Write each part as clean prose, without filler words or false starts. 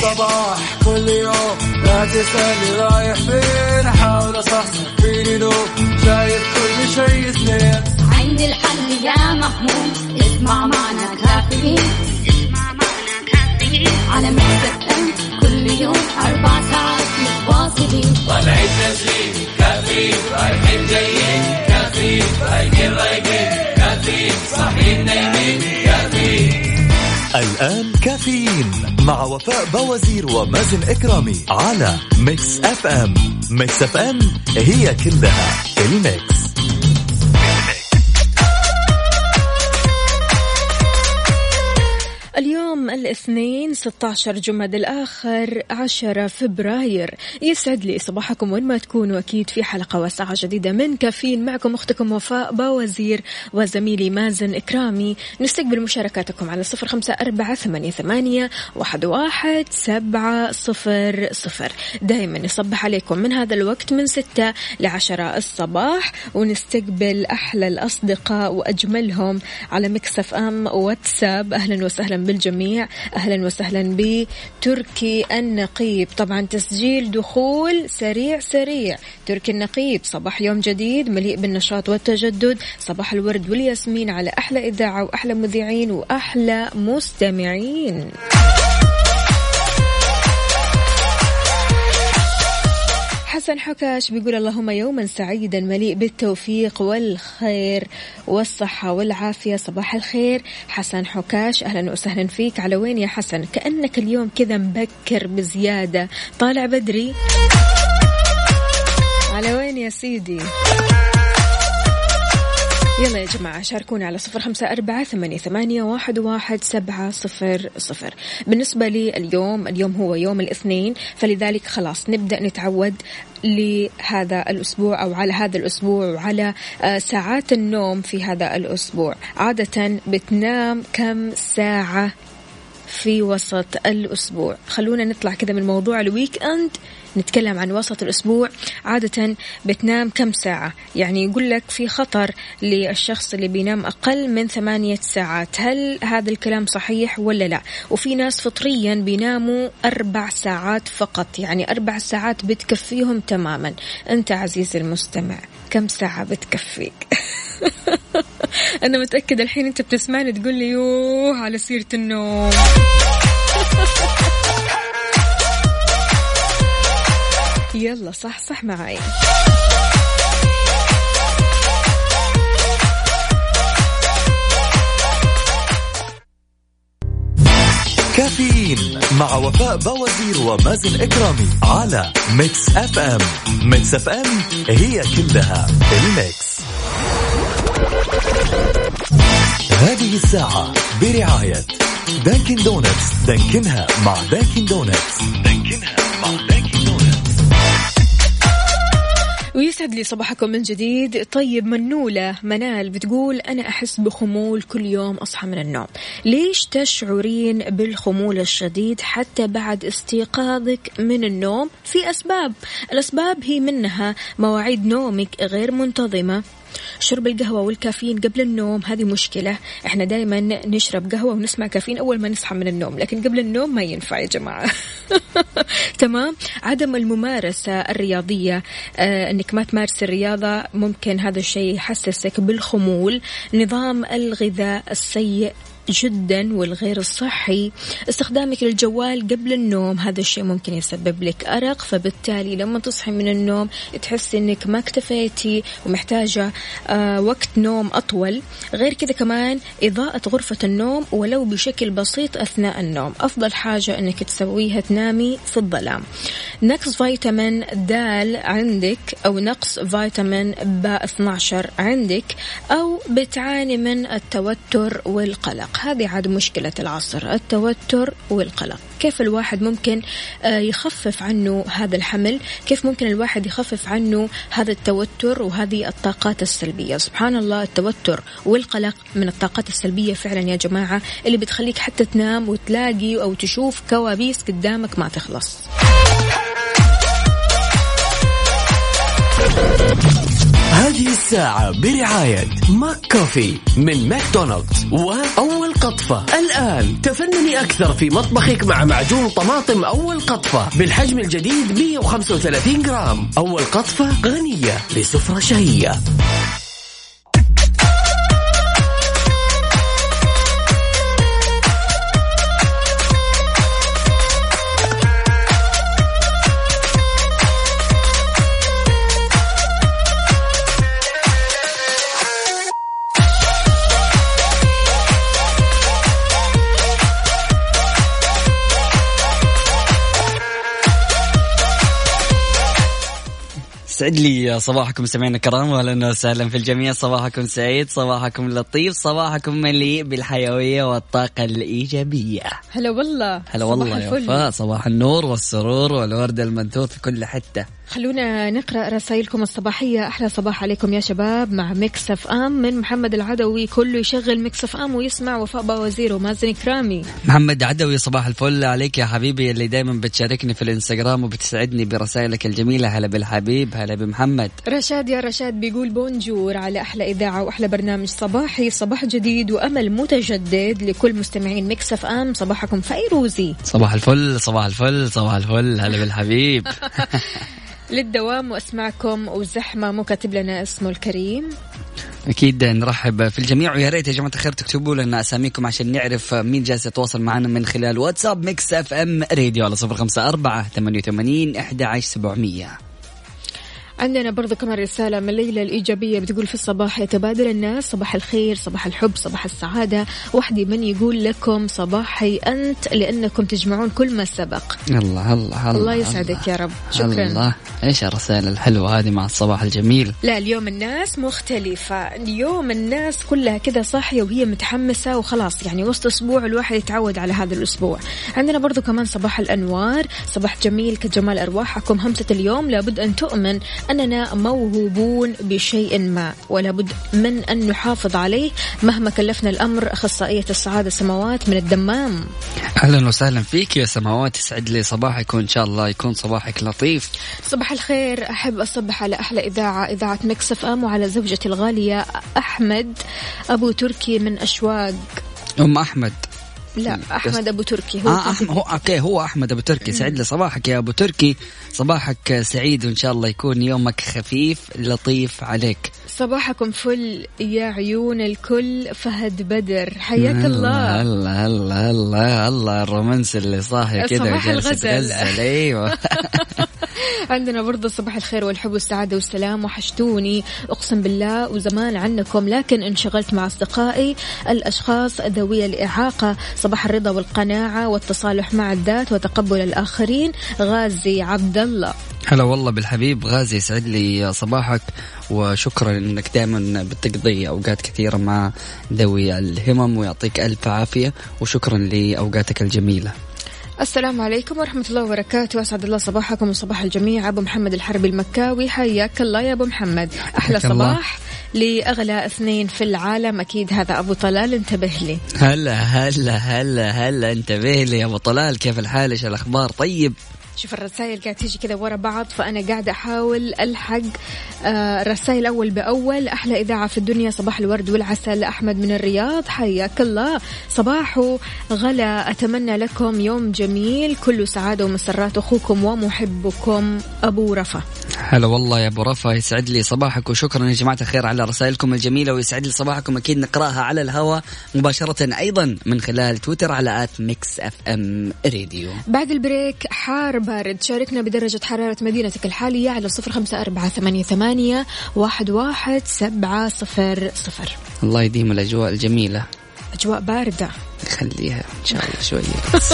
الصباح كل يوم لا تسألني رايح فين أحاول أصحصح فيني لو شايف كل شيء سنين عندي الحل يا محمود اسمع معنا كافيين على مكتب كل يوم 4 ساعات متواصلين طلعت تسليم كافيين رايحين جايين كافيين رايقين كافيين صاحيين نايمين كافيين. الآن كافيين مع وفاء بوازير ومازن إكرامي على ميكس اف ام. ميكس اف ام هي كلها الميكس. اليوم الاثنين 16 جماد الآخر 10 فبراير. يسعد لي صباحكم وين ما تكونوا، أكيد في حلقة وساعة جديدة من كافيين معكم أختكم وفاء بوازير وزميلي مازن إكرامي. نستقبل مشاركاتكم على 0548811700. دائما نصبح عليكم من هذا الوقت من 6 ل10 الصباح، ونستقبل أحلى الأصدقاء وأجملهم على ميكس اف ام واتساب. أهلا وسهلا بالجميع، أهلا وسهلا بتركي النقيب. طبعا تسجيل دخول سريع تركي النقيب، صباح يوم جديد مليء بالنشاط والتجدد، صباح الورد والياسمين على أحلى إذاعة وأحلى مذيعين وأحلى مستمعين. حسن حكاش بيقول اللهم يوما سعيدا مليء بالتوفيق والخير والصحة والعافية. صباح الخير حسن حكاش، أهلا وسهلا فيك. على وين يا حسن؟ كأنك اليوم كذا مبكر بزيادة، طالع بدري. على وين يا سيدي؟ يلا يا جماعة شاركونا على 0548811700. بالنسبة لي اليوم هو يوم الاثنين، فلذلك خلاص نبدأ نتعود لهذا الأسبوع أو على هذا الأسبوع وعلى ساعات النوم في هذا الأسبوع. عادة بتنام كم ساعة في وسط الأسبوع؟ خلونا نطلع كذا من موضوع الويك أند، نتكلم عن وسط الأسبوع. عادة بتنام كم ساعة؟ يعني يقول لك في خطر للشخص اللي بينام أقل من 8 ساعات. هل هذا الكلام صحيح ولا لا؟ وفي ناس فطريا بيناموا 4 ساعات فقط، يعني 4 ساعات بتكفيهم تماما. أنت عزيزي المستمع كم ساعة بتكفيك؟ أنا متأكد الحين أنت بتسمعني تقول لي يوه على سيرة النوم. يلا صح معي. كافيين مع وفاء بوازير ومازن إكرامي على ميكس اف ام. ميكس اف ام هي كلها الميكس. هذه الساعة برعاية دانكن دونتس. دانكنها مع دانكن دونتس. ويسعد لي صباحكم من جديد. طيب منال بتقول أنا أحس بخمول كل يوم أصحى من النوم. ليش تشعرين بالخمول الشديد حتى بعد استيقاظك من النوم؟ في الأسباب هي منها مواعيد نومك غير منتظمة، شرب القهوة والكافيين قبل النوم، هذه مشكلة. احنا دايما نشرب قهوة ونسمع كافيين أول ما نصحى من النوم، لكن قبل النوم ما ينفع يا جماعة. تمام. عدم الممارسة الرياضية، انك ما تمارس الرياضة ممكن هذا الشيء يحسسك بالخمول. نظام الغذاء السيء جدا والغير الصحي، استخدامك للجوال قبل النوم، هذا الشيء ممكن يسبب لك أرق، فبالتالي لما تصحي من النوم تحس إنك ما اكتفيتي ومحتاجة وقت نوم أطول. غير كذا كمان إضاءة غرفة النوم ولو بشكل بسيط أثناء النوم، أفضل حاجة إنك تسويها تنامي في الظلام. نقص فيتامين د عندك أو نقص فيتامين B12 عندك، أو بتعاني من التوتر والقلق، هذه عاد مشكلة العصر، التوتر والقلق. كيف الواحد ممكن يخفف عنه هذا الحمل؟ كيف ممكن الواحد يخفف عنه هذا التوتر وهذه الطاقات السلبية؟ سبحان الله، التوتر والقلق من الطاقات السلبية فعلا يا جماعة اللي بتخليك حتى تنام وتلاقي أو تشوف كوابيس قدامك ما تخلص. هذه الساعة برعاية ماك كوفي من ماكدونالدز وأول قطفة. الآن تفنني أكثر في مطبخك مع معجون طماطم أول قطفة بالحجم الجديد 135 جرام. أول قطفة غنية لسفرة شهية. سعد لي صباحكم سمعنا الكرام، واهلا وسهلا في الجميع. صباحكم سعيد، صباحكم لطيف، صباحكم مليء بالحيوية والطاقة الإيجابية. هلا والله، هلا والله يا وفاء، صباح النور والسرور والورد المنثور في كل حتة. خلونا نقرأ رسائلكم الصباحية. أحلى صباح عليكم يا شباب مع ميكس اف ام من محمد العدوي. كله يشغل ميكس اف ام ويسمع وفاء باوزير ومازن كرامي. محمد عدوي صباح الفل عليك يا حبيبي اللي دايما بتشاركني في الانستغرام وبتسعدني برسائلك الجميلة. هلا بالحبيب، هلا بمحمد. رشاد يا رشاد بيقول بونجور على أحلى إذاعة وأحلى برنامج صباحي، صباح جديد وأمل متجدد لكل مستمعين ميكس اف ام. صباحكم فيروزي. صباح الفل صباح الفل صباح الفل، هلا بالحبيب. للدوام واسمعكم وزحمة. مو كاتب لنا اسمه الكريم. أكيد نرحب في الجميع، ويا ريت يا جماعة الخير تكتبوا لنا أساميكم عشان نعرف مين جالس يتواصل معنا من خلال واتساب ميكس اف ام راديو على 0548811700. عندنا برضو كمان رسالة من ليلى الإيجابية بتقول في الصباح يتبادل الناس صباح الخير، صباح الحب، صباح السعادة. وحدي من يقول لكم صباحي أنت لأنكم تجمعون كل ما سبق. الله الله الله يسعدك يا رب. شكرا. الله، إيش الرسالة الحلوة هذه مع الصباح الجميل. لا اليوم الناس مختلفة، اليوم الناس كلها كذا صاحية وهي متحمسة وخلاص، يعني وسط أسبوع الواحد يتعود على هذا الأسبوع. عندنا برضو كمان صباح الأنوار، صباح جميل كجمال أرواحكم. همسة اليوم لابد أن تؤمن أننا موهوبون بشيء ما ولا بد من أن نحافظ عليه مهما كلفنا الأمر. أخصائية السعادة سماوات من الدمام. أهلا وسهلا فيك يا سماوات، يسعد لي صباحك وإن شاء الله يكون صباحك لطيف. صباح الخير، أحب أصبح على أحلى إذاعة، إذاعة ميكس اف ام، وعلى زوجتي الغالية أحمد أبو تركي من أشواق. أم أحمد؟ لا أحمد أبو تركي هو. هو أحمد أبو تركي. سعد لي صباحك يا أبو تركي، صباحك سعيد وإن شاء الله يكون يومك خفيف لطيف عليك. صباحكم فل يا عيون الكل. فهد بدر حياك الله. الله الله الله الله الرومانس اللي صاحي كده وجالس تغزل. أيوة. عندنا برضو صباح الخير والحب والسعادة والسلام. وحشتوني أقسم بالله وزمان عنكم، لكن انشغلت مع أصدقائي الأشخاص ذوي الإعاقة. صباح الرضا والقناعة والتصالح مع الذات وتقبل الآخرين. غازي عبد الله. هلا والله بالحبيب غازي، يسعد لي صباحك وشكرا انك دائما بتقضي اوقات كثيرة مع ذوي الهمم ويعطيك الف عافية، وشكرا لاوقاتك الجميلة. السلام عليكم ورحمة الله وبركاته، أسعد الله صباحكم وصباح الجميع. أبو محمد الحربي المكاوي حياك الله يا أبو محمد. أحلى صباح لأغلى اثنين في العالم، أكيد هذا أبو طلال، انتبه لي. هلا هلا هلا هلا انتبه لي يا أبو طلال، كيف الحال؟ إيش الأخبار؟ طيب شوف الرسائل قاعد تيجي كذا ورا بعض، فأنا قاعدة أحاول ألحق الرسائل أول بأول. أحلى إذاعة في الدنيا، صباح الورد والعسل. أحمد من الرياض حياك الله. صباحو غلا، أتمنى لكم يوم جميل كله سعادة ومسرات. أخوكم ومحبكم أبو رفا. هلا والله يا أبو رفا، يسعد لي صباحك وشكرا يا جماعة الخير على رسائلكم الجميلة، ويسعد لي صباحكم. أكيد نقرأها على الهواء مباشرة أيضا من خلال تويتر على @mixfm radio. بعد البريك حار بارد، شاركنا بدرجة حرارة مدينتك الحالية على 0548811700. الله يديم الأجواء الجميلة. أجواء باردة خليها إن شاء الله شوية.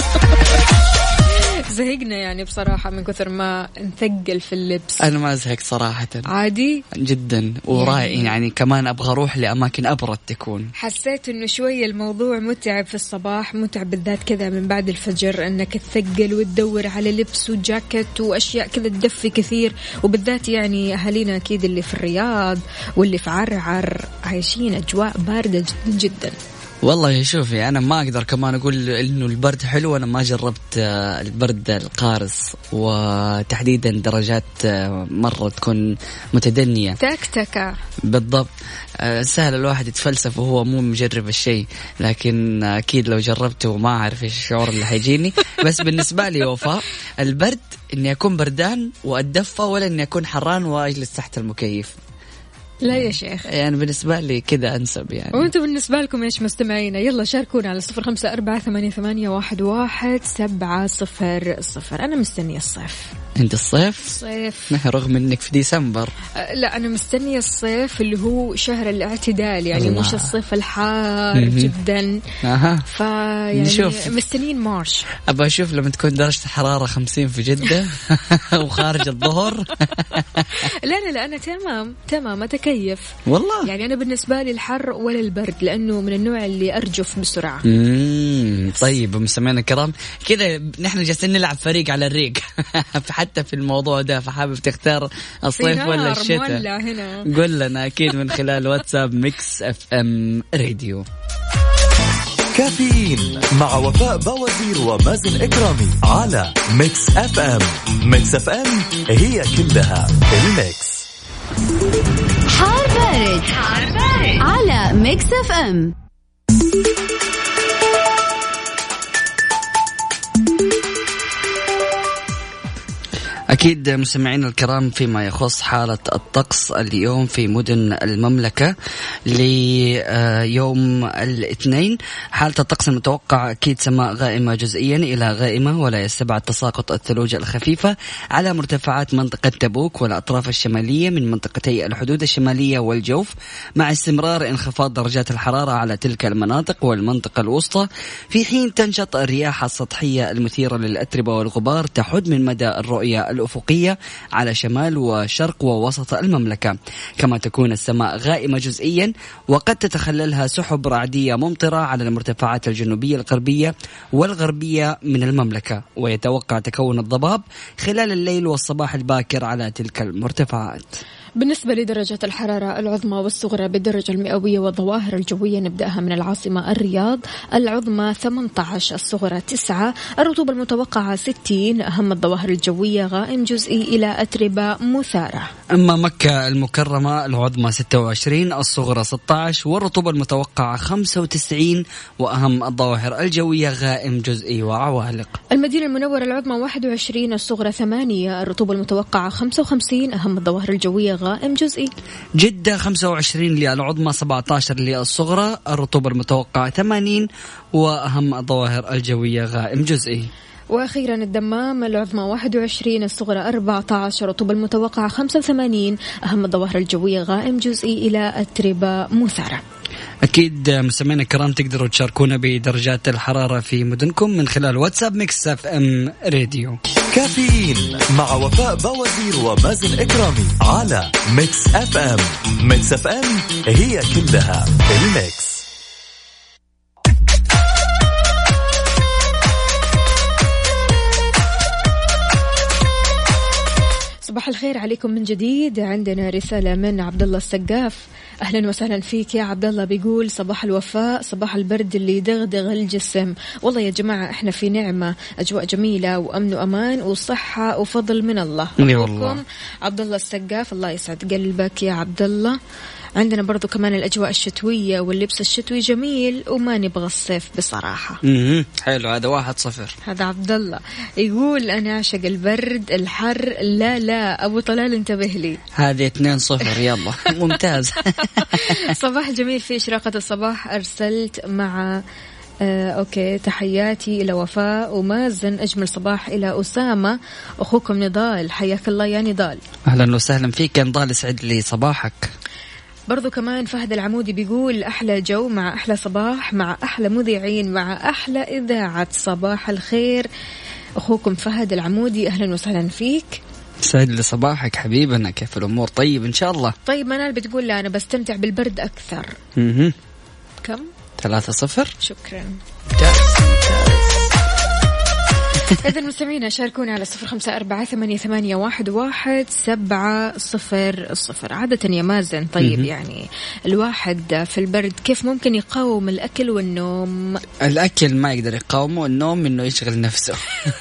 زهقنا يعني بصراحة من كثر ما نثقل في اللبس. أنا ما أزهق صراحة، عادي جدا، وراي يعني كمان أبغى أروح لأماكن أبرد تكون. حسيت إنه شوية الموضوع متعب في الصباح، متعب بالذات كذا من بعد الفجر، إنك تثقل وتدور على لبس وجاكيت وأشياء كذا تدفي كثير، وبالذات يعني أهالينا أكيد اللي في الرياض واللي في عرعر عايشين أجواء باردة جدا جدا. والله شوفي أنا ما أقدر كمان أقول إنه البرد حلو. أنا ما جربت البرد القارس، وتحديدا درجات مرة تكون متدنية تكتكة بالضبط. سهل الواحد يتفلسف وهو مو مجرب الشيء، لكن أكيد لو جربته ما أعرف إيش الشعور اللي حيجيني. بس بالنسبة لي وفاء، البرد إني أكون بردان وأتدفى، ولا إني أكون حران وأجلس تحت المكيف. لا يا شيخ، يعني بالنسبة لي كذا أنسب يعني. وأنتم بالنسبة لكم إيش مستمعينا؟ يلا شاركونا على 0548811700. أنا مستنية الصيف. أنت الصيف؟ صيف رغم إنك في ديسمبر. لا أنا مستنية الصيف اللي هو شهر الاعتدال، يعني الله. مش الصيف الحار جدا. فيعني مستنين مارش. أبغى أشوف لما تكون درجة الحرارة 50 في جدة وخارج الظهر. لا أنا تمام أتكيف والله. يعني أنا بالنسبة لي الحر ولا البرد، لأنه من النوع اللي أرجف بسرعة. طيب مستمعينا الكرام، كذا نحن جالسين نلعب فريق على الريق حتى في الموضوع ده. فحابب تختار الصيف ولا الشتاء؟ قل لنا أكيد من خلال واتساب ميكس اف ام راديو. كافيين مع وفاء بوازير ومازن إكرامي على ميكس اف ام. ميكس اف ام هي كلها الميكس. حار بارد على ميكس اف ام. أكيد مستمعين الكرام، فيما يخص حالة الطقس اليوم في مدن المملكة ليوم الاثنين، حالة الطقس المتوقع أكيد سماء غائمة جزئيا إلى غائمة، ولا يستبعد تساقط الثلوج الخفيفة على مرتفعات منطقة تبوك والأطراف الشمالية من منطقتي الحدود الشمالية والجوف، مع استمرار انخفاض درجات الحرارة على تلك المناطق والمنطقة الوسطى، في حين تنشط الرياح السطحية المثيرة للأتربة والغبار تحد من مدى الرؤية الأفقية على شمال وشرق ووسط المملكة. كما تكون السماء غائمة جزئيا، وقد تتخللها سحب رعدية ممطرة على المرتفعات الجنوبية الغربية والغربية من المملكة، ويتوقع تكون الضباب خلال الليل والصباح الباكر على تلك المرتفعات. بالنسبة لدرجة الحرارة العظمى والصغرى بالدرجة المئوية والظواهر الجوية، نبدأها من العاصمة الرياض. العظمى 18، الصغرى 9، الرطوبة المتوقعة 60. أهم الظواهر الجوية غائم جزئي إلى أتربة مثارة. أما مكة المكرمة العظمى 26، الصغرى 16، والرطوبة المتوقعة 95. وأهم الظواهر الجوية غائم جزئي وعوالق. المدينة المنورة العظمى 21، الصغرى 8، الرطوبة المتوقعة 55. أهم الظواهر الجوية غائم جزئي. جدة 25 للعظمى، 17 للصغرى، الرطوبة المتوقعة 80. وأهم الظواهر الجوية غائم جزئي. وأخيرا الدمام العظمى 21، الصغرى 14، الرطوبة المتوقعة 85. أهم الظواهر الجوية غائم جزئي إلى أتربة مثارة. أكيد مستمعينا الكرام تقدروا تشاركونا بدرجات الحرارة في مدنكم من خلال واتساب ميكس اف ام راديو. كافيين مع وفاء بوازير ومازن إكرامي على ميكس اف ام. ميكس اف ام هي كلها الميكس. صباح الخير عليكم من جديد. عندنا رسالة من عبد الله السقاف. أهلا وسهلا فيك يا عبد الله. بيقول صباح الوفاء، صباح البرد اللي يدغدغ الجسم. والله يا جماعة احنا في نعمة، أجواء جميلة وأمن وأمان وصحة وفضل من الله. أخوكم عبد الله السقاف، الله يسعد قلبك يا عبد الله. عندنا برضو كمان الأجواء الشتوية واللبس الشتوي جميل، وما نبغى الصيف بصراحة. حلو، هذا 1-0. هذا عبد الله يقول أنا أعشق البرد الحر. لا أبو طلال انتبه لي. هذه 2-0 يلا. ممتاز. صباح جميل في إشراقة الصباح. أرسلت مع أوكي تحياتي إلى وفاء ومازن. أجمل صباح إلى أسامة. أخوكم نضال، حياك الله يا نضال. أهلا وسهلا فيك يا نضال، يسعد لي صباحك. برضو كمان فهد العمودي بيقول أحلى جو مع أحلى صباح مع أحلى مذيعين مع أحلى إذاعة. صباح الخير أخوكم فهد العمودي، أهلا وسهلا فيك. سعد لي صباحك حبيبنا، كيف الأمور؟ طيب إن شاء الله. طيب منال بتقول لا أنا بستمتع بالبرد أكثر. كم؟ 3-0. شكرا. ممتاز. إذا مستمعينا شاركونا على 0548811700. عادة يا مازن طيب يعني الواحد في البرد كيف ممكن يقاوم الأكل والنوم؟ الأكل ما يقدر يقاومه، النوم إنه يشغل نفسه.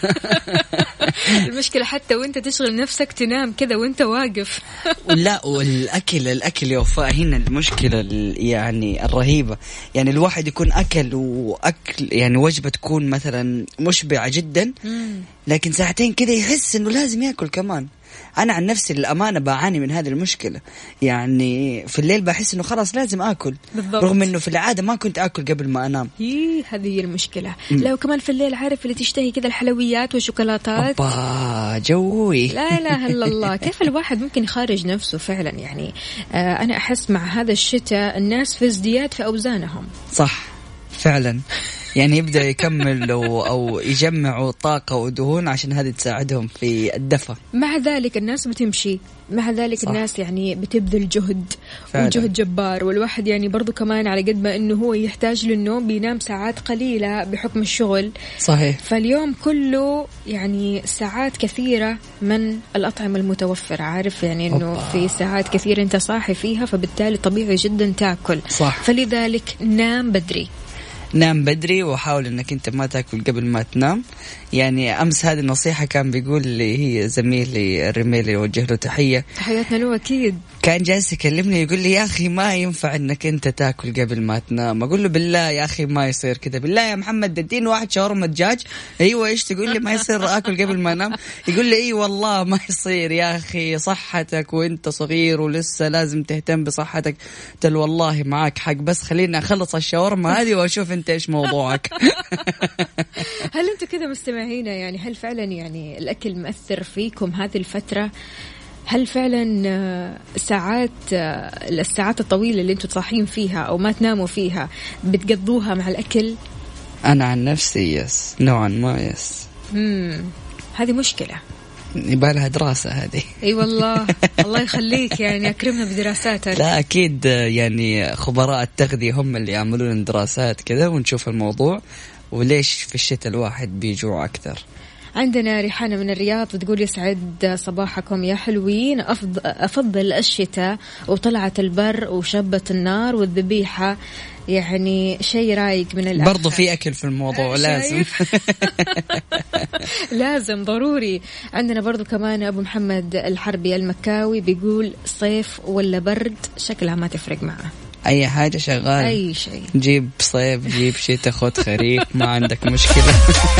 المشكلة حتى وانت تشغل نفسك تنام كذا وانت واقف. لا، والأكل يا وفاء هنا المشكلة يعني الرهيبة. يعني الواحد يكون أكل يعني وجبة تكون مثلا مشبعة جدا، لكن ساعتين كده يحس إنه لازم يأكل كمان. أنا عن نفسي الأمانة بعاني من هذه المشكلة، يعني في الليل بحس إنه خلاص لازم أكل بالضبط. رغم إنه في العادة ما كنت أكل قبل ما أنام. هذه هي المشكلة. لو كمان في الليل عارف اللي تشتهي كذا الحلويات والشوكولاتات، جوي لا إله إلا الله. كيف الواحد ممكن يخارج نفسه فعلا؟ يعني أنا أحس مع هذا الشتاء الناس في ازدياد في أوزانهم. صح فعلا، يعني يبدأ يكملوا أو يجمعوا طاقة ودهون عشان هذه تساعدهم في الدفع. مع ذلك الناس بتمشي، مع ذلك صح. الناس يعني بتبذل جهد فعلا. وجهد جبار. والواحد يعني برضو كمان على قد ما إنه هو يحتاج للنوم بينام ساعات قليلة بحكم الشغل. صحيح. فاليوم كله يعني ساعات كثيرة من الأطعمة المتوفرة، عارف يعني إنه في ساعات كثيرة أنت صاحي فيها، فبالتالي طبيعي جدا تأكل. صح. فلذلك نام بدري وحاول انك انت ما تاكل قبل ما تنام. يعني امس هذه النصيحه كان بيقول لي هي زميلي الرميلي، يوجه له تحياتنا له اكيد. كان جالس يكلمني يقول لي يا اخي ما ينفع انك انت تاكل قبل ما تنام. اقول له بالله يا اخي ما يصير كذا، بالله يا محمد اديني واحد شاورما دجاج. ايوه ايش تقول لي ما يصير اكل قبل ما انام؟ يقول لي اي والله ما يصير يا اخي، صحتك وانت صغير ولسه لازم تهتم بصحتك. قلت له والله معاك حق، بس خلينا اخلص الشاورما هذه واشوف انت ايش موضوعك. هل انتم كذا مستمعينا يعني هل فعلا يعني الاكل مؤثر فيكم هذه الفتره؟ هل فعلا الساعات الطويله اللي انتم صاحيين فيها او ما تناموا فيها بتقضوها مع الاكل؟ انا عن نفسي يس، نوعا ما يس. هذه مشكله يبقى لها دراسة هذه. اي والله الله يخليك يعني اكرمنا بدراساتك. لا اكيد يعني خبراء التغذية هم اللي يعملون دراسات كذا ونشوف الموضوع وليش في الشتاء الواحد بيجوع اكثر. عندنا ريحانة من الرياض بتقول يسعد صباحكم يا حلوين، أفضل الشتاء وطلعت البر وشبت النار والذبيحة، يعني شيء رايق من الأكل. برضو في أكل في الموضوع لازم. لازم ضروري. عندنا برضو كمان أبو محمد الحربي المكاوي بيقول صيف ولا برد شكلها ما تفرق معه، أي حاجة شغال، أي شيء، جيب صيف جيب شتاء خد خريف ما عندك مشكلة.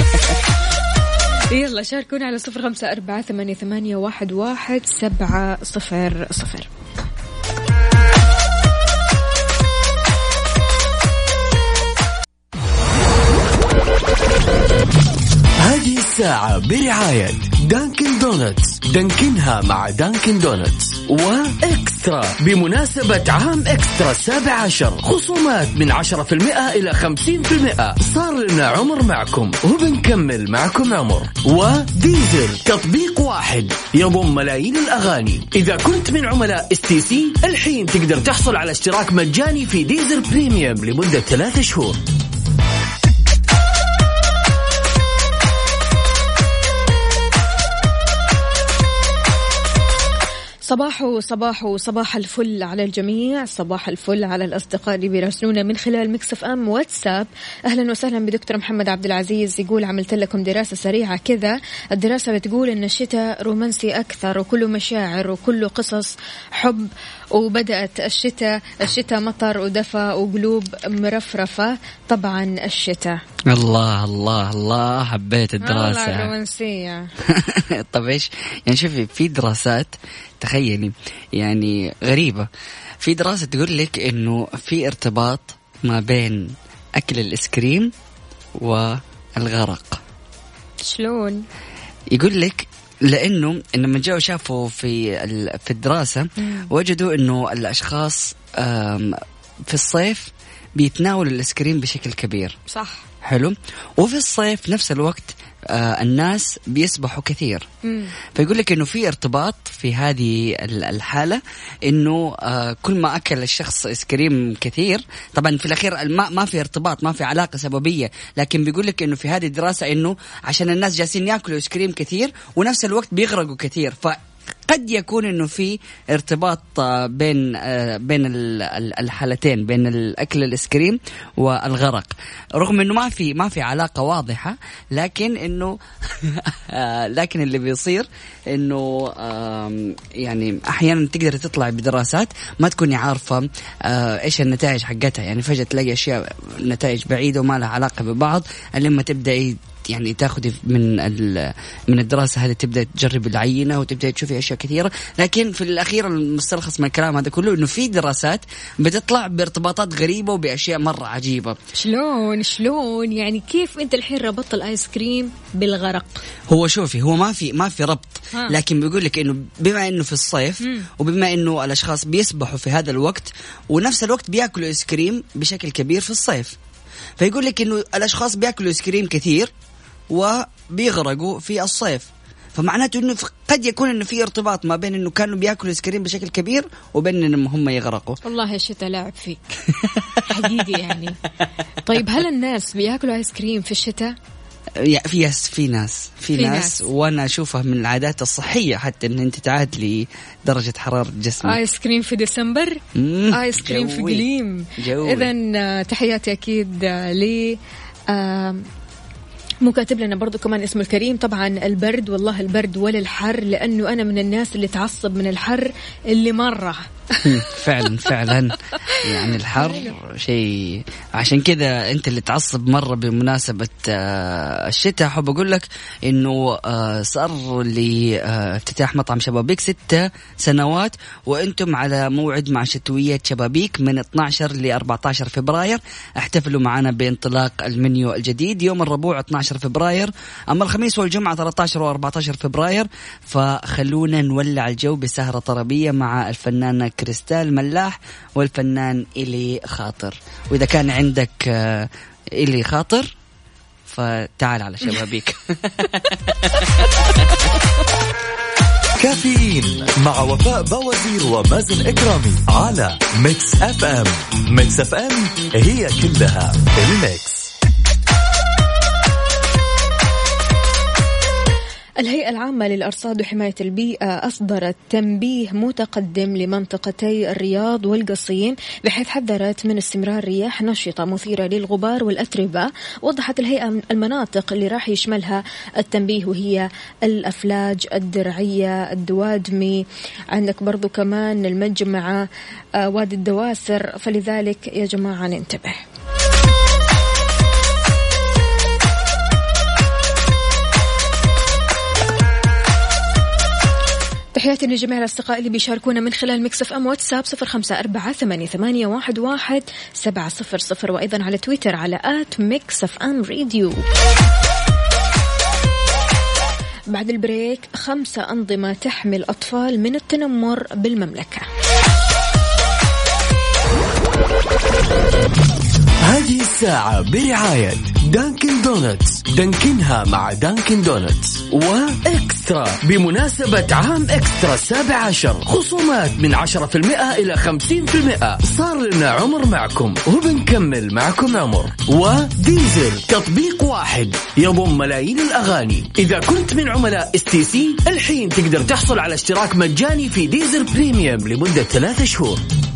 يلا شاركونا على 0548811700. هذه الساعة برعاية دانكن دونتس، دانكنها مع دانكن دونتس. وإكسترا بمناسبة عام إكسترا 17 خصومات من 10% إلى 50%. صار لنا عمر معكم وبنكمل معكم عمر. وديزر تطبيق واحد يضم ملايين الأغاني. إذا كنت من عملاء STC الحين تقدر تحصل على اشتراك مجاني في ديزر بريميوم لمدة 3 شهور. صباح الفل على الجميع، صباح الفل على الأصدقاء اللي بيراسلونا من خلال ميكس اف ام واتساب. أهلا وسهلا بدكتور محمد عبد العزيز، يقول عملت لكم دراسة سريعة كذا. الدراسة بتقول إن الشتاء رومانسي أكثر وكله مشاعر وكله قصص حب، وبدأت الشتاء مطر ودفى وقلوب مرفرفة. طبعا الشتاء الله الله الله، حبيت الدراسة الله رومانسية. طب إيش يعني؟ شوفي في دراسات تخيلي يعني غريبة، في دراسة تقول لك إنه في ارتباط ما بين أكل الإسكريم والغرق. شلون؟ يقول لك لأنه لما جاءوا شافوا في الدراسة وجدوا إنه الأشخاص في الصيف بيتناولوا الإسكريم بشكل كبير. صح. حلو. وفي الصيف نفس الوقت الناس بيسبحوا كثير. فيقول لك إنه في ارتباط في هذه الحالة، إنه كل ما أكل الشخص آيس كريم كثير، طبعا في الأخير ما في ارتباط، ما في علاقة سببية، لكن بيقول لك إنه في هذه الدراسة إنه عشان الناس جالسين يأكلوا آيس كريم كثير ونفس الوقت بيغرقوا كثير، قد يكون إنه في ارتباط بين الحالتين، بين الأكل الآيس كريم والغرق، رغم إنه ما في علاقة واضحة، لكن إنه لكن اللي بيصير إنه يعني أحيانا تقدر تطلع بدراسات ما تكوني عارفة إيش النتائج حقتها، يعني فجأة تلاقي أشياء نتائج بعيدة وما لها علاقة ببعض، لما تبدأ يعني تاخذي من الدراسة هذه تبدأ تجرب العينة وتبدأ تشوفي أشياء كثيرة. لكن في الأخير المستلخص من الكلام هذا كله إنه في دراسات بتطلع بارتباطات غريبة وبأشياء مرة عجيبة. شلون يعني كيف أنت الحين ربطت الآيس كريم بالغرق؟ هو شوفي، هو ما في ربط، لكن بيقول لك إنه بما إنه في الصيف وبما إنه الأشخاص بيسبحوا في هذا الوقت ونفس الوقت بيأكلوا آيس كريم بشكل كبير في الصيف، فيقول لك إنه الأشخاص بيأكلوا آيس كريم كثير وبيغرقوا في الصيف، فمعناته إنه قد يكون إنه في ارتباط ما بين إنه كانوا بيأكلوا آيس كريم بشكل كبير وبين إنهم هم يغرقوا. والله الشتاء لاعب فيك حقيقي يعني. طيب هل الناس بيأكلوا آيس كريم في الشتاء؟ في ناس وانا اشوفها من العادات الصحيه حتى ان انت تعادلي درجه حراره جسمك. ايس كريم في ديسمبر، ايس كريم في قليم. اذا تحياتي اكيد لي مكاتب لنا برضو كمان اسمه الكريم. طبعا البرد، والله البرد ولا الحر، لأنه أنا من الناس اللي تعصب من الحر اللي مرة فعلا يعني الحر شيء، عشان كذا أنت اللي تعصب مرة بمناسبة الشتاء. أحب أقول لك إنه صار لي افتتاح مطعم شبابيك 6 سنوات، وأنتم على موعد مع شتوية شبابيك من 12 ل 14 فبراير. احتفلوا معنا بانطلاق المنيو الجديد يوم الربوع 12 فبراير، أما الخميس والجمعة 13 و 14 فبراير. فخلونا نولع الجو بسهرة طربية مع الفنانة كريستال ملاح والفنان إلي خاطر. وإذا كان عندك إلي خاطر فتعال على شبابيك. كافيين مع وفاء بوازير ومازن إكرامي على ميكس اف ام. ميكس اف ام هي كلها الميكس. الهيئة العامة للأرصاد وحماية البيئة أصدرت تنبيه متقدم لمنطقتي الرياض والقصيم، بحيث حذرت من استمرار رياح نشطة مثيرة للغبار والأتربة. وضحت الهيئة المناطق اللي راح يشملها التنبيه، وهي الأفلاج، الدرعية، الدوادمي، عندك برضو كمان المجمعة، وادي الدواسر. فلذلك يا جماعة ننتبه. تحياتي لجميع الأصدقاء اللي بيشاركونا من خلال ميكس اف ام واتساب 0548811700، وأيضا على تويتر على @mixfmradio. بعد البريك 5 أنظمة تحمي الأطفال من التنمر بالمملكة. هذه الساعة برعاية دانكن دونتس، دانكنها مع دانكن دونتس، وإكسترا بمناسبة عام إكسترا 17، خصومات من 10% إلى 50%. صار لنا عمر معكم وبنكمل معكم عمر. وديزر، تطبيق واحد يضم ملايين الأغاني. إذا كنت من عملاء STC الحين تقدر تحصل على اشتراك مجاني في ديزر بريميوم لمدة 3 شهور.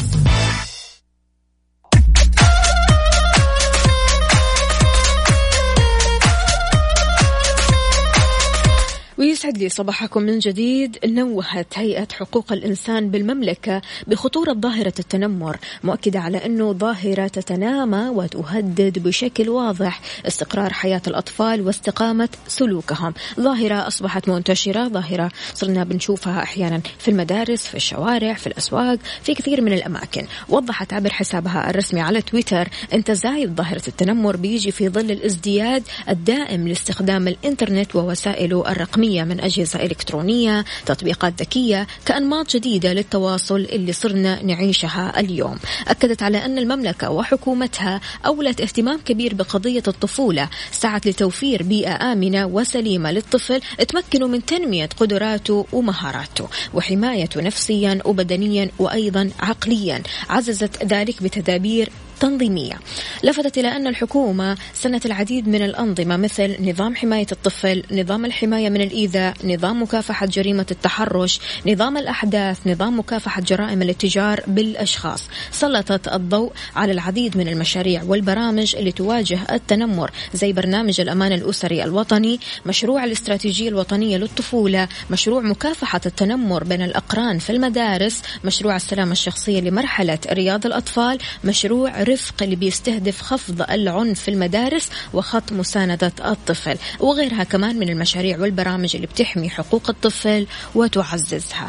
ويسعد لي صباحكم من جديد. نوهت هيئة حقوق الإنسان بالمملكة بخطورة ظاهرة التنمر، مؤكدة على أنه ظاهرة تتنامى وتهدد بشكل واضح استقرار حياة الأطفال واستقامة سلوكهم. ظاهرة أصبحت منتشرة، ظاهرة صرنا بنشوفها أحيانا في المدارس، في الشوارع، في الأسواق، في كثير من الأماكن. وضحت عبر حسابها الرسمي على تويتر أن تزايد ظاهرة التنمر بيجي في ظل الازدياد الدائم لاستخدام الإنترنت ووسائله الرقمية رقمية من أجهزة إلكترونية، تطبيقات ذكية، كأنماط جديدة للتواصل اللي صرنا نعيشها اليوم. أكدت على أن المملكة وحكومتها أولت اهتمام كبير بقضية الطفولة، سعت لتوفير بيئة آمنة وسليمة للطفل تمكنه من تنمية قدراته ومهاراته وحمايته نفسيا وبدنيا وأيضا عقليا. عززت ذلك بتدابير تنظيمية. لفتت إلى أن الحكومة سنت العديد من الأنظمة مثل نظام حماية الطفل، نظام الحماية من الإيذاء، نظام مكافحة جريمة التحرش، نظام الأحداث، نظام مكافحة جرائم الاتجار بالأشخاص. سلطت الضوء على العديد من المشاريع والبرامج اللي تواجه التنمر زي برنامج الأمان الأسري الوطني، مشروع الاستراتيجية الوطنية للطفولة، مشروع مكافحة التنمر بين الأقران في المدارس، مشروع السلامة الشخصية لمرحلة رياض الأطفال، مشروع رفق اللي بيستهدف خفض العنف في المدارس وخط مساندة الطفل، وغيرها كمان من المشاريع والبرامج اللي بتحمي حقوق الطفل وتعززها.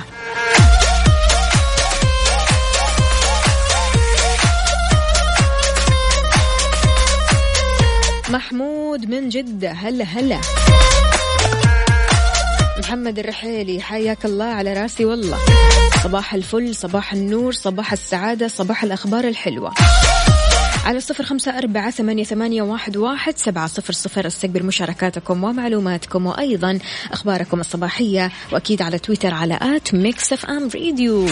محمود من جدة، هلا محمد الرحيلي، حياك الله، على راسي والله. صباح الفل، صباح النور، صباح السعادة، صباح الأخبار الحلوة. على 0548811700 استقبل مشاركاتكم ومعلوماتكم وأيضا أخباركم الصباحية، وأكيد على تويتر على @mixfmradio.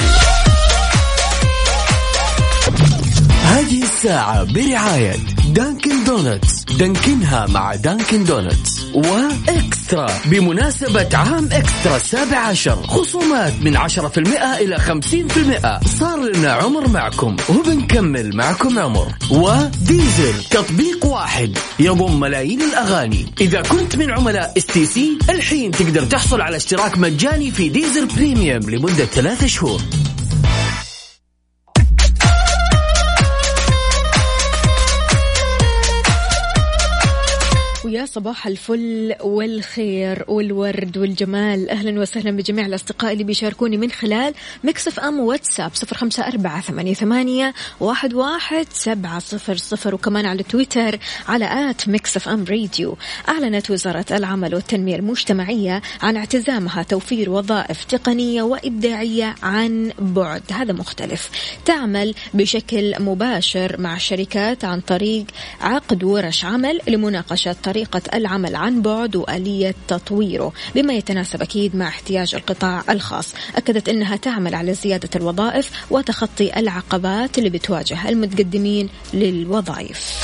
هذه الساعة برعاية دانكن دونتس، دانكنها مع دانكن دونتس، وإكسترا بمناسبة عام إكسترا 17، خصومات من 10% إلى 50%. صار لنا عمر معكم وبنكمل معكم عمر. وديزر، تطبيق واحد يضم ملايين الأغاني. إذا كنت من عملاء STC الحين تقدر تحصل على اشتراك مجاني في ديزر بريميوم لمدة 3 شهور. ويا صباح الفل والخير والورد والجمال، أهلا وسهلا بجميع الأصدقاء اللي بيشاركوني من خلال ميكس اف ام واتساب 0548811700، وكمان على تويتر على @ميكس اف ام راديو. أعلنت وزارة العمل والتنمية المجتمعية عن اعتزامها توفير وظائف تقنية وإبداعية عن بعد. هذا مختلف، تعمل بشكل مباشر مع الشركات عن طريق عقد ورش عمل لمناقشة طريقة العمل عن بعد وآلية تطويره بما يتناسب أكيد مع احتياج القطاع الخاص. أكدت أنها تعمل على زيادة الوظائف وتخطي العقبات اللي بتواجه المتقدمين للوظائف.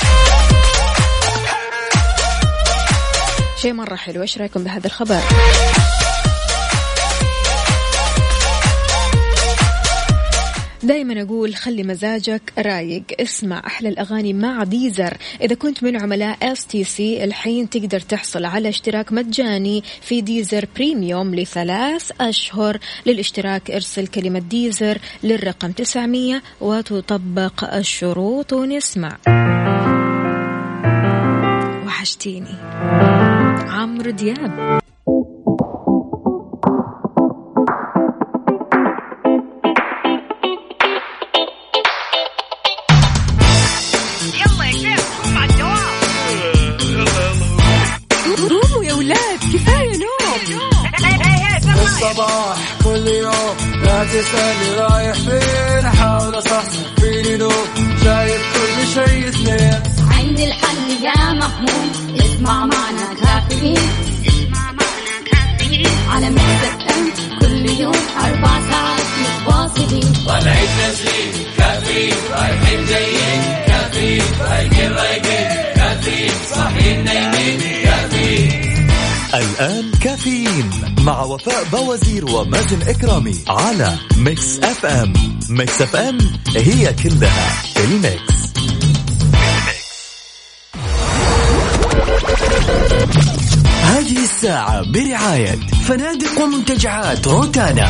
شيء مرة حلو. إيش رأيكم بهذا الخبر؟ دايما أقول خلي مزاجك رايق، اسمع أحلى الأغاني مع ديزر. إذا كنت من عملاء STC الحين تقدر تحصل على اشتراك مجاني في ديزر بريميوم ل3 أشهر. للاشتراك ارسل كلمة ديزر للرقم 900 وتطبق الشروط. ونسمع وحشتيني عمرو دياب. الصباح كل يوم لا تسألني رايح فين، أحاول أصحصح فيني لو شايف كل شيء سنين. عندي الحل يا محمود، اسمع معنا كافيين، اسمع معنا كافيين على ميكس اف ام كل يوم 4 ساعات متواصلين. طلعت نازلين كافيين، رايحين جايين كافيين، رايقين رايقين كافيين، صاحيين نايمين كافيين. الآن كافيين مع وفاء بوازير ومازن إكرامي على ميكس اف ام. ميكس اف ام هي كلها الميكس. هذه الساعة برعاية فنادق ومنتجعات روتانا.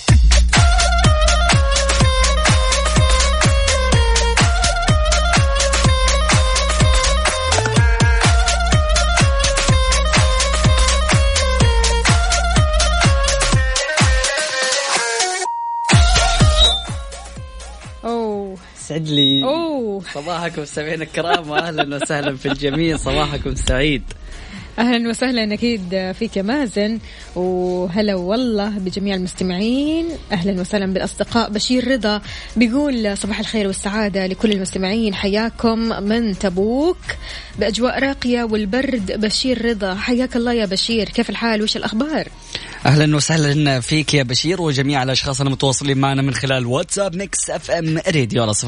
سعد لي صباحكم مستمعينا الكرام، واهلا وسهلا في الجميع، صباحكم سعيد. أهلا وسهلا أكيد فيك يا مازن، وهلا والله بجميع المستمعين. أهلا وسهلا بالأصدقاء. بشير رضا بيقول صباح الخير والسعادة لكل المستمعين، حياكم من تبوك بأجواء راقية والبرد. بشير رضا حياك الله يا بشير، كيف الحال وش الأخبار؟ أهلا وسهلا فيك يا بشير وجميع الأشخاص المتواصلين معنا من خلال واتساب ميكس اف ام راديو على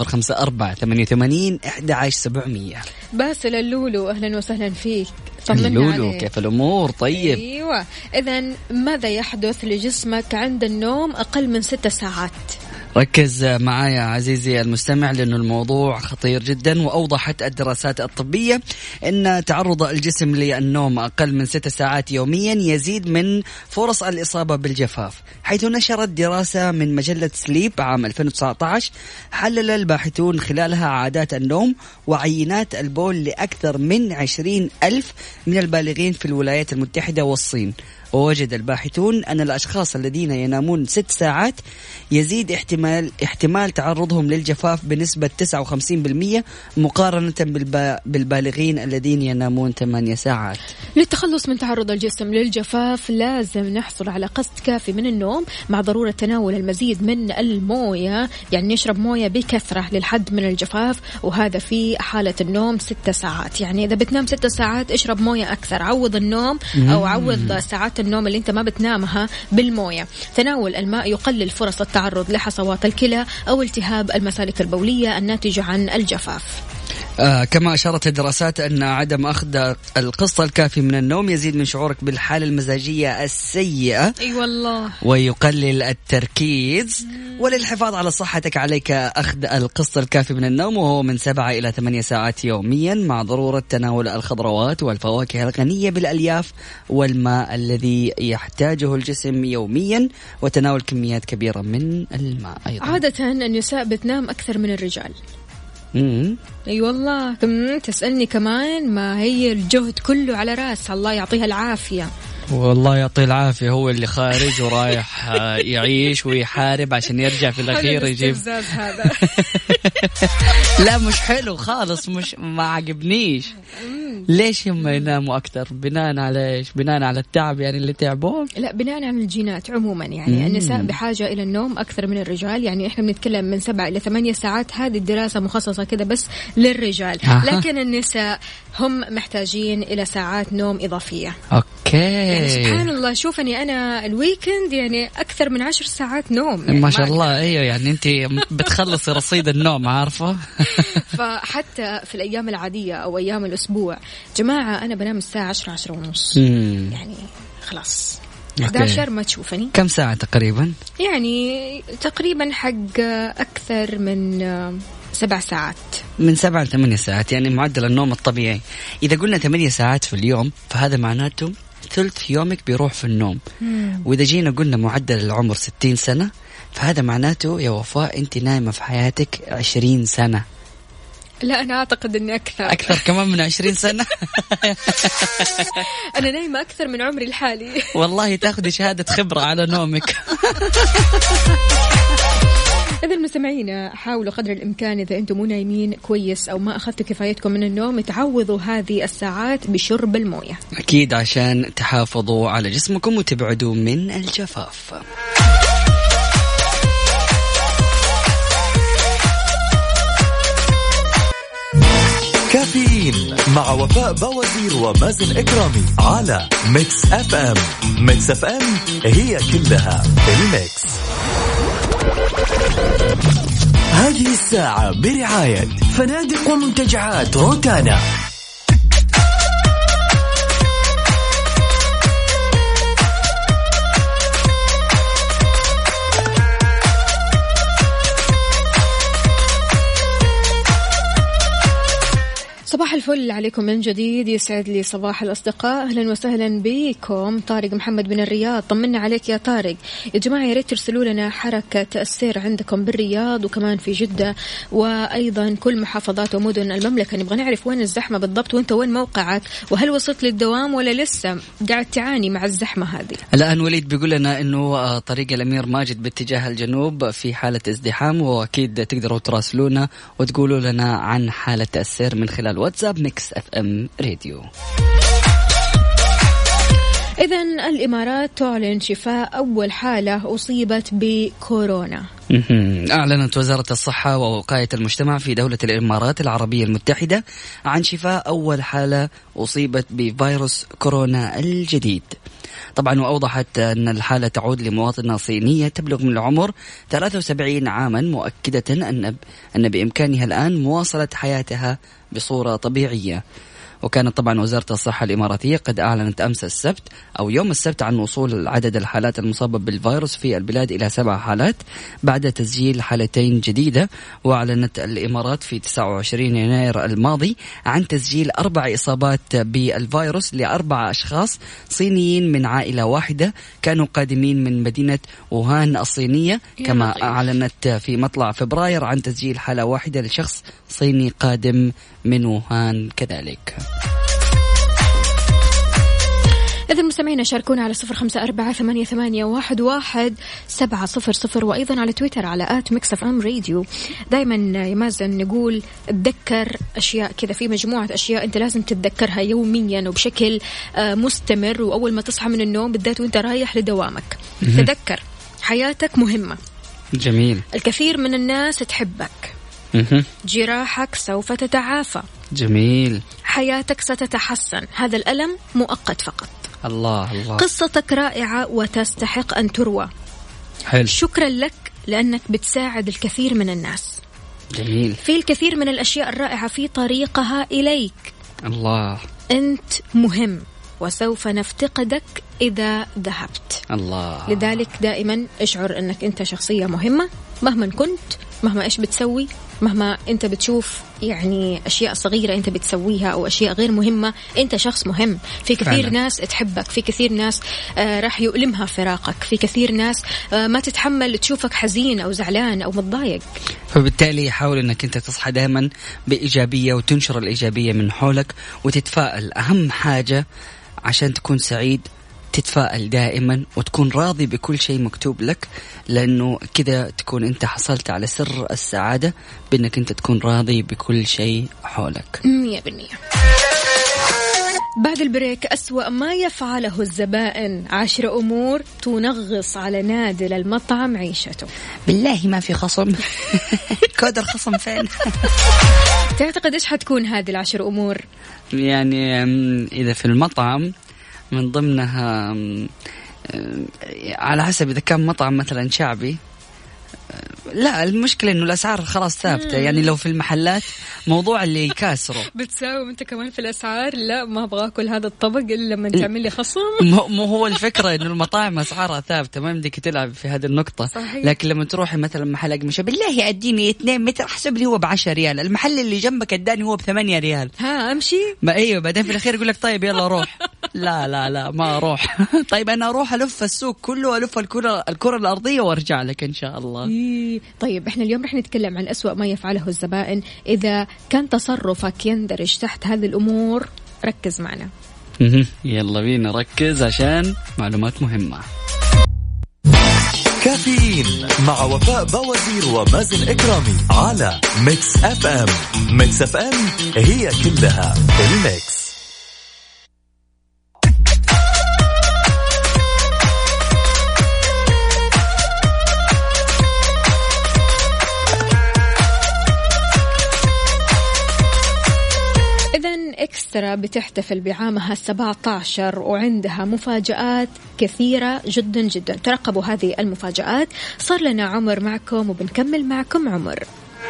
0548811700. باسل اللولو أهلا وسهلا فيك، طمنا اللولو عليك. كيف الأمور؟ طيب أيوة، إذن ماذا يحدث لجسمك عند النوم أقل من 6 ساعات؟ ركز معايا عزيزي المستمع لأنه الموضوع خطير جدا. وأوضحت الدراسات الطبية أن تعرض الجسم للنوم أقل من 6 ساعات يوميا يزيد من فرص الإصابة بالجفاف، حيث نشرت دراسة من مجلة سليب عام 2019 حلل الباحثون خلالها عادات النوم وعينات البول لأكثر من 20,000 من البالغين في الولايات المتحدة والصين. ووجد الباحثون أن الأشخاص الذين ينامون 6 ساعات يزيد احتمال تعرضهم للجفاف بنسبة 59% مقارنة بالبالغين الذين ينامون 8 ساعات. للتخلص من تعرض الجسم للجفاف لازم نحصل على قسط كافي من النوم مع ضرورة تناول المزيد من الموية، يعني نشرب موية بكثرة للحد من الجفاف، وهذا في حالة النوم 6 ساعات. يعني إذا بتنام 6 ساعات اشرب موية أكثر، عوض النوم أو عوض ساعات النوم اللي انت ما بتنامها بالموية. تناول الماء يقلل فرص التعرض لحصوات الكلى أو التهاب المسالك البولية الناتجة عن الجفاف. كما أشارت الدراسات أن عدم أخذ القسط الكافي من النوم يزيد من شعورك بالحالة المزاجية السيئة. أي والله. ويقلل التركيز. وللحفاظ على صحتك عليك أخذ القسط الكافي من النوم، وهو من 7 إلى 8 ساعات يوميا، مع ضرورة تناول الخضروات والفواكه الغنية بالألياف والماء الذي يحتاجه الجسم يوميا، وتناول كميات كبيرة من الماء أيضا. عادة النساء بتنام أكثر من الرجال. اي والله. تسألني كمان، ما هي الجهد كله على راس الله يعطيها العافية. والله يعطيه العافية، هو اللي خارج ورايح يعيش ويحارب عشان يرجع في الأخير يجيب هذا. لا مش حلو خالص، مش ما عجبنيش. ليش هم يناموا أكتر؟ بناء على إيش؟ بناء على التعب يعني اللي تعبوه؟ لا، بناء على الجينات عموما. يعني النساء بحاجة إلى النوم أكثر من الرجال. يعني إحنا بنتكلم من 7 إلى 8 ساعات، هذه الدراسة مخصصة كده بس للرجال. لكن النساء هم محتاجين إلى ساعات نوم إضافية. أوكي. يعني سبحان الله، شوفني أنا الويكند يعني أكثر من 10 ساعات نوم. يعني ما شاء الله. أيوة، يعني أنت بتخلص رصيد النوم، عارفة. فحتى في الأيام العادية أو أيام الأسبوع جماعة أنا بنام الساعة 10 ونص. يعني خلاص 11 ما تشوفني. كم ساعة تقريبا؟ يعني تقريبا حق أكثر من 7 ساعات. من 7 ل 8 ساعات، يعني معدل النوم الطبيعي. إذا قلنا 8 ساعات في اليوم فهذا معناته ثلث يومك بيروح في النوم. وإذا جينا قلنا معدل العمر 60 سنة فهذا معناته يا وفاء أنت نايمة في حياتك 20 سنة. لا، أنا أعتقد أني أكثر كمان من 20 سنة. أنا نايمة أكثر من عمري الحالي. والله تأخذي شهادة خبرة على نومك. إذا المستمعين حاولوا قدر الإمكان إذا أنتم مو نايمين كويس أو ما أخذتوا كفايتكم من النوم تعوضوا هذه الساعات بشرب الموية. أكيد عشان تحافظوا على جسمكم وتبعدوا من الجفاف. كافيين مع وفاء بوازير ومازن إكرامي على ميكس اف ام. ميكس اف ام هي كلها الميكس. هذه الساعة برعاية فنادق ومنتجعات روتانا. صباح الفل عليكم من جديد، يسعد لي صباح الأصدقاء. أهلا وسهلا بكم. طارق محمد من الرياض، طمنا عليك يا طارق. يا جماعة يا ريت ترسلوا لنا حركة السير عندكم بالرياض وكمان في جدة وأيضا كل محافظات ومدن المملكة. نبغى نعرف وين الزحمة بالضبط وانت وين موقعك، وهل وصلت للدوام ولا لسه قاعد تعاني مع الزحمة هذه؟ الآن وليد بيقول لنا إنه طريق الأمير ماجد باتجاه الجنوب في حالة ازدحام، وأكيد تقدروا تراسلونا وتقولوا لنا عن حالة السير من خلال واتساب ميكس اف ام راديو. إذن الإمارات تعلن شفاء أول حالة أصيبت بكورونا. أعلنت وزارة الصحة ووقاية المجتمع في دولة الإمارات العربية المتحدة عن شفاء أول حالة أصيبت بفيروس كورونا الجديد. طبعا وأوضحت أن الحالة تعود لمواطنة صينية تبلغ من العمر 73 عاما، مؤكدة أن بإمكانها الآن مواصلة حياتها بصورة طبيعية. وكانت طبعا وزارة الصحة الإماراتية قد أعلنت أمس السبت أو يوم السبت عن وصول عدد الحالات المصابة بالفيروس في البلاد إلى 7 حالات بعد تسجيل حالتين جديدة. وأعلنت الإمارات في 29 يناير الماضي عن تسجيل 4 إصابات بالفيروس ل4 أشخاص صينيين من عائلة واحدة كانوا قادمين من مدينة ووهان الصينية. كما أعلنت في مطلع فبراير عن تسجيل حالة واحدة لشخص صيني قادم من ووهان كذلك. إذا مستمعينا شاركونا على 0548811700 وأيضا على تويتر على @mixfmradio. دايما يمازن نقول تذكر أشياء كذا، في مجموعة أشياء أنت لازم تتذكرها يوميا وبشكل مستمر، وأول ما تصحى من النوم بالذات وأنت رايح لدوامك تذكر حياتك مهمة. جميل. الكثير من الناس تحبك، جراحك سوف تتعافى. جميل. حياتك ستتحسن، هذا الألم مؤقت فقط. الله الله. قصتك رائعة وتستحق أن تروى. حلو. شكرا لك لأنك بتساعد الكثير من الناس. جميل. في الكثير من الأشياء الرائعة في طريقها إليك. الله. أنت مهم وسوف نفتقدك إذا ذهبت. الله. لذلك دائما اشعر أنك أنت شخصية مهمة مهما كنت، مهما إيش بتسوي، مهما أنت بتشوف يعني أشياء صغيرة أنت بتسويها أو أشياء غير مهمة، أنت شخص مهم. في كثير فعلا. ناس تحبك، في كثير ناس راح يؤلمها فراقك، في كثير ناس ما تتحمل تشوفك حزين أو زعلان أو متضايق. فبالتالي حاول أنك أنت تصحى دائما بإيجابية وتنشر الإيجابية من حولك وتتفائل. أهم حاجة عشان تكون سعيد تتفائل دائما وتكون راضي بكل شيء مكتوب لك، لأنه كذا تكون أنت حصلت على سر السعادة بأنك أنت تكون راضي بكل شيء حولك 100%. بعد البريك، أسوأ ما يفعله الزبائن، 10 أمور تنغص على نادل المطعم عيشته. بالله ما في خصم. كود الخصم فين؟ تعتقد إيش حتكون هذه 10 أمور؟ يعني إذا في المطعم من ضمنها على حسب إذا كان مطعم مثلا شعبي، لا المشكلة إنه الأسعار خلاص ثابتة. يعني لو في المحلات موضوع اللي يكاسره بتساوي أنت كمان في الأسعار، لا ما أبغى أكل هذا الطبق إلا لما تعمل لي خصم. مو هو الفكرة إنه المطاعم أسعارها ثابتة، ما يمديك تلعب في هذه النقطة. صحيح. لكن لما تروحي مثلا محل أقمشة، بالله أديني 2 متر أحسب لي هو ب10 ريال، المحل اللي جنبك أداني هو ب8 ريال، ها أمشي. ما أيوة، بعدين في الأخير يقول لك طيب يلا روح. لا لا لا ما أروح. طيب أنا أروح ألف السوق كله، ألف الكرة الأرضية وأرجع لك إن شاء الله. طيب إحنا اليوم رح نتكلم عن أسوأ ما يفعله الزبائن. إذا كان تصرفك يندرج تحت هذه الأمور ركز معنا. يلا بينا ركز عشان معلومات مهمة. كافيين مع وفاء بوازير ومازن إكرامي على ميكس اف ام. ميكس اف ام هي كلها الميكس. إكسترا بتحتفل بعامها 17 وعندها مفاجآت كثيرة جدا جدا. ترقبوا هذه المفاجآت. صار لنا عمر معكم وبنكمل معكم عمر.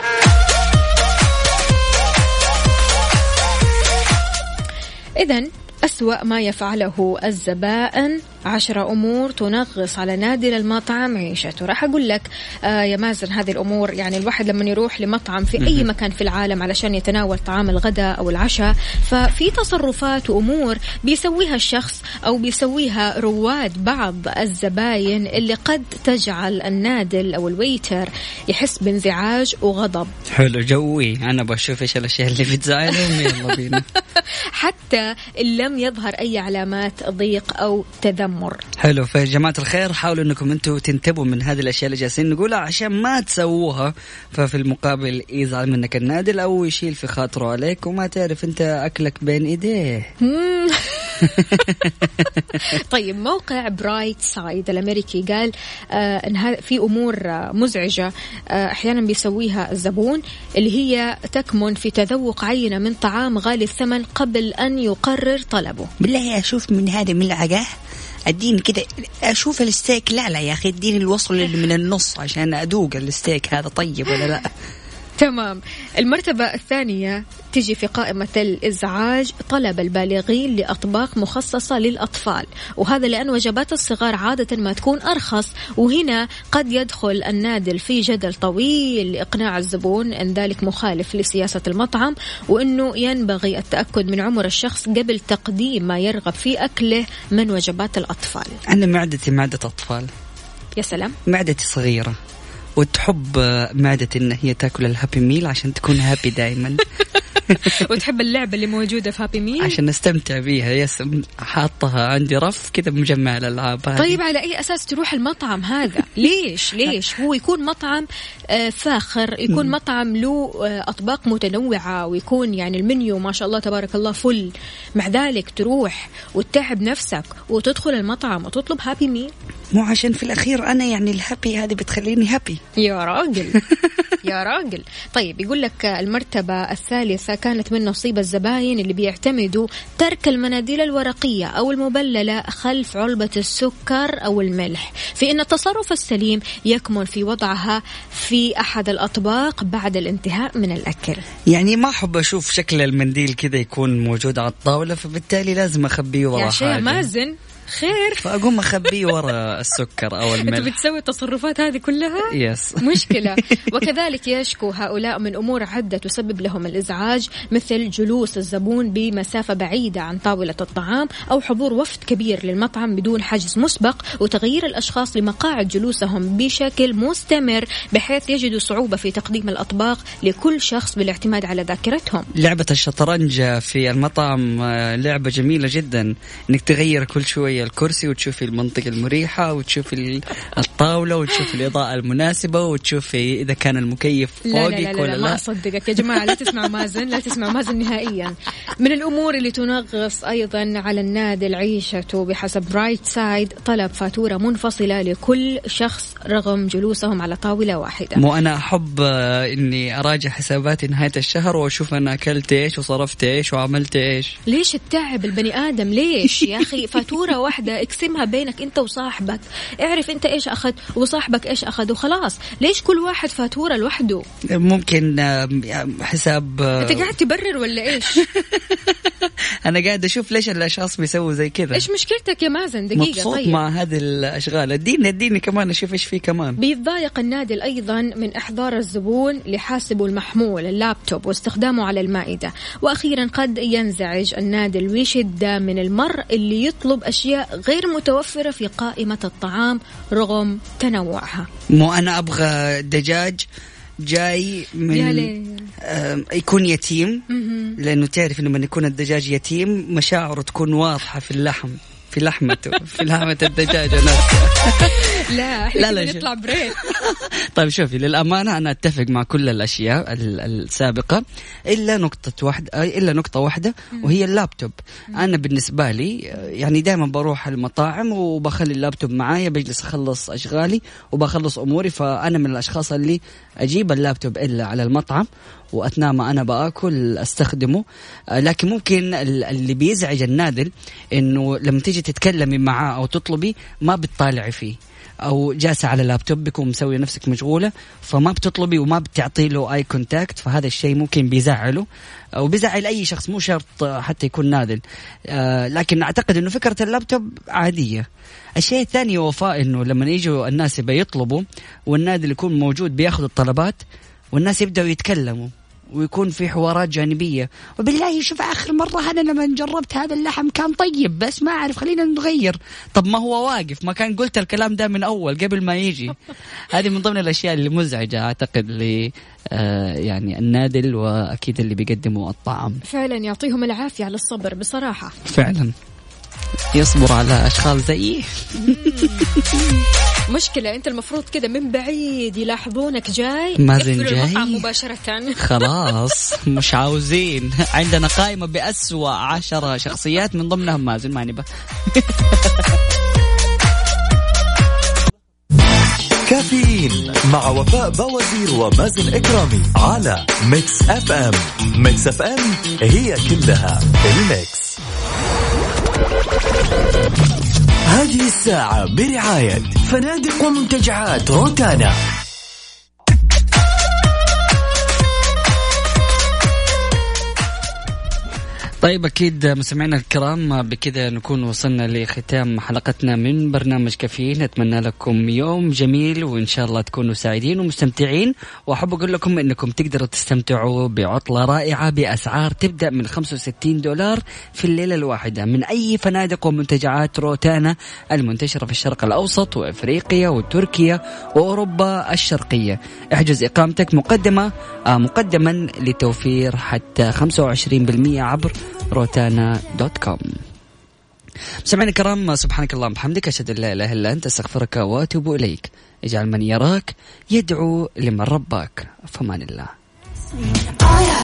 إذن أسوأ ما يفعله الزبائن، 10 أمور تنغص على نادل المطعم عيشته. راح أقول لك يا مازن هذه الأمور. يعني الواحد لما يروح لمطعم في أي مكان في العالم علشان يتناول طعام الغداء أو العشاء، ففي تصرفات وأمور بيسويها الشخص أو بيسويها رواد بعض الزباين اللي قد تجعل النادل أو الويتر يحس بانزعاج وغضب. حلو جوي، أنا بشوف إيش الأشياء اللي بتزعلهم. يلا بينا. حتى إن لم يظهر أي علامات ضيق أو تذمر. حلو. في جماعة الخير حاولوا أنكم أنتوا تنتبهوا من هذه الأشياء اللي جالسين نقولها عشان ما تسووها، ففي المقابل يزعل منك النادل أو يشيل في خاطره عليك وما تعرف أنت أكلك بين إيديه. طيب موقع برايت سايد الأمريكي قال إن في أمور مزعجة أحيانا بيسويها الزبون اللي هي تكمن في تذوق عينة من طعام غالي الثمن قبل أن يقرر طلبه. بالله أشوف من هذه ملعقة اديني كده اشوف الستيك. لا يا اخي اديني الوصل اللي من النص عشان ادوق الستيك هذا طيب ولا لا. تمام. المرتبة الثانية تجي في قائمة الإزعاج طلب البالغين لأطباق مخصصة للأطفال، وهذا لأن وجبات الصغار عادة ما تكون أرخص، وهنا قد يدخل النادل في جدل طويل لإقناع الزبون أن ذلك مخالف لسياسة المطعم، وأنه ينبغي التأكد من عمر الشخص قبل تقديم ما يرغب في أكله من وجبات الأطفال. أنا معدتي معدة أطفال. يا سلام. معدتي صغيرة وتحب معدتي إن هي تأكل الهابي ميل عشان تكون هابي دايما. وتحب اللعبة اللي موجودة في هابي ميل عشان نستمتع بيها. يس حاطها عندي رف كذا مجمع الألعاب. طيب على أي أساس تروح المطعم هذا؟ ليش هو يكون مطعم فاخر، يكون مطعم له أطباق متنوعة، ويكون يعني المنيو ما شاء الله تبارك الله فل، مع ذلك تروح وتتعب نفسك وتدخل المطعم وتطلب هابي ميل؟ مو عشان في الأخير أنا يعني الهابي هذه بتخليني هابي يا راجل. يا راجل. طيب يقول لك المرتبة الثالثة كانت من نصيب الزباين اللي بيعتمدوا ترك المناديل الورقية أو المبللة خلف علبة السكر أو الملح، في أن التصرف السليم يكمن في وضعها في أحد الأطباق بعد الانتهاء من الأكل. يعني ما أحب أشوف شكل المنديل كذا يكون موجود على الطاولة، فبالتالي لازم أخبيه ورا يا شيخ حاجة. مازن خير، فأقوم أخبيه ورا السكر أو الملح. أنت بتسوي التصرفات هذه كلها؟ يس. مشكلة. وكذلك يشكو هؤلاء من أمور عدة تسبب لهم الإزعاج، مثل جلوس الزبون بمسافة بعيدة عن طاولة الطعام، أو حضور وفد كبير للمطعم بدون حجز مسبق، وتغيير الأشخاص لمقاعد جلوسهم بشكل مستمر بحيث يجدوا صعوبة في تقديم الأطباق لكل شخص بالاعتماد على ذاكرتهم. لعبة الشطرنج في المطعم لعبة جميلة جدا، إنك تغير كل شوية الكرسي وتشوفي المنطقة المريحة وتشوفي الطاولة وتشوفي الإضاءة المناسبة وتشوفي إذا كان المكيف فوقك ولا لا. ما أصدقك يا جماعة، لا تسمعوا مازن، لا تسمعوا مازن نهائيا. من الأمور اللي تنغص أيضا على النادي العيشة بحسب برايت سايد طلب فاتورة منفصلة لكل شخص رغم جلوسهم على طاولة واحدة. مو أنا أحب إني أراجع حساباتي نهاية الشهر وأشوف أنا أكلت إيش وصرفت إيش وعملت إيش. ليش التعب البني آدم؟ ليش يا أخي؟ فاتورة واحدة اقسمها بينك أنت وصاحبك، اعرف أنت إيش أخذ وصاحبك إيش أخذ وخلاص. ليش كل واحد فاتورة لوحده؟ ممكن حساب. أنت قاعد تبرر ولا إيش؟ أنا قاعد أشوف ليش الأشخاص بيسووا زي كذا. إيش مشكلتك يا مازن؟ دقيقة. مبسوط طيب مع هذه الأشغال. اديني كمان أشوف إيش فيه كمان. بيتضايق النادل أيضا من إحضار الزبون لحاسبه المحمول اللابتوب واستخدامه على المائدة. وأخيرا قد ينزعج النادل بشدة من المر اللي يطلب أشياء غير متوفرة في قائمة الطعام رغم تنوعها. مو أنا أبغى دجاج جاي من يكون يتيم، لأنه تعرف إنه من يكون الدجاج يتيم مشاعره تكون واضحة في اللحم، في لحمته، في لحمة الدجاجة نفسها. لا احنا نطلع بريك. طيب شوفي، للأمانة أنا أتفق مع كل الأشياء السابقة إلا نقطة واحدة وهي اللابتوب. أنا بالنسبة لي يعني دائما بروح المطاعم وبخلي اللابتوب معايا، بجلس أخلص أشغالي وبخلص أموري، فأنا من الأشخاص اللي أجيب اللابتوب إلا على المطعم وأثناء ما أنا بأكل أستخدمه. لكن ممكن اللي بيزعج النادل إنه لما تيجي تتكلمي معاه أو تطلبي ما بتطالعي فيه، أو جالسة على لابتوبك ومسوي نفسك مشغولة فما بتطلبي وما بتعطي له آي كونتاكت، فهذا الشيء ممكن بيزعله أو بيزعل أي شخص، مو شرط حتى يكون نادل. لكن أعتقد إنه فكرة اللابتوب عادية. الشيء الثاني وفاء إنه لما يجوا الناس بيطلبوا والنادل يكون موجود بياخذ الطلبات والناس يبدأوا يتكلموا ويكون في حوارات جانبية. وبالله شوف آخر مرة أنا لما جربت هذا اللحم كان طيب بس ما أعرف خلينا نغير. طب ما هو واقف، ما كان قلت الكلام ده من أول قبل ما يجي. هذه من ضمن الأشياء اللي مزعجة أعتقد يعني النادل وأكيد اللي بيقدموا الطعام. فعلا يعطيهم العافية على الصبر بصراحة. فعلا يصبر على أشخاص زيي. مشكلة أنت المفروض كده من بعيد يلاحظونك جاي مازن جاي المطعم مباشرة. خلاص مش عاوزين. عندنا قائمة بأسوأ 10 شخصيات من ضمنهم مازن، ما نبى. كافيين مع وفاء بوازير ومازن إكرامي على ميكس اف ام. ميكس اف ام هي كلها الميكس. هذه الساعة برعاية فنادق ومنتجعات روتانا. طيب أكيد مستمعينا الكرام، بكذا نكون وصلنا لختام حلقتنا من برنامج كافيين. أتمنى لكم يوم جميل وإن شاء الله تكونوا سعيدين ومستمتعين. وأحب أقول لكم أنكم تقدروا تستمتعوا بعطلة رائعة بأسعار تبدأ من $65 في الليلة الواحدة من أي فنادق ومنتجعات روتانا المنتشرة في الشرق الأوسط وإفريقيا وتركيا وأوروبا الشرقية. احجز إقامتك مقدما لتوفير حتى 25% عبر روتانا.com. سمعنا الكرام، سبحانك اللهم وبحمدك، أشهد أن لا إله إلا أنت، أستغفرك وأتوب إليك. اجعل من يراك يدعو لمن رباك. فمان الله.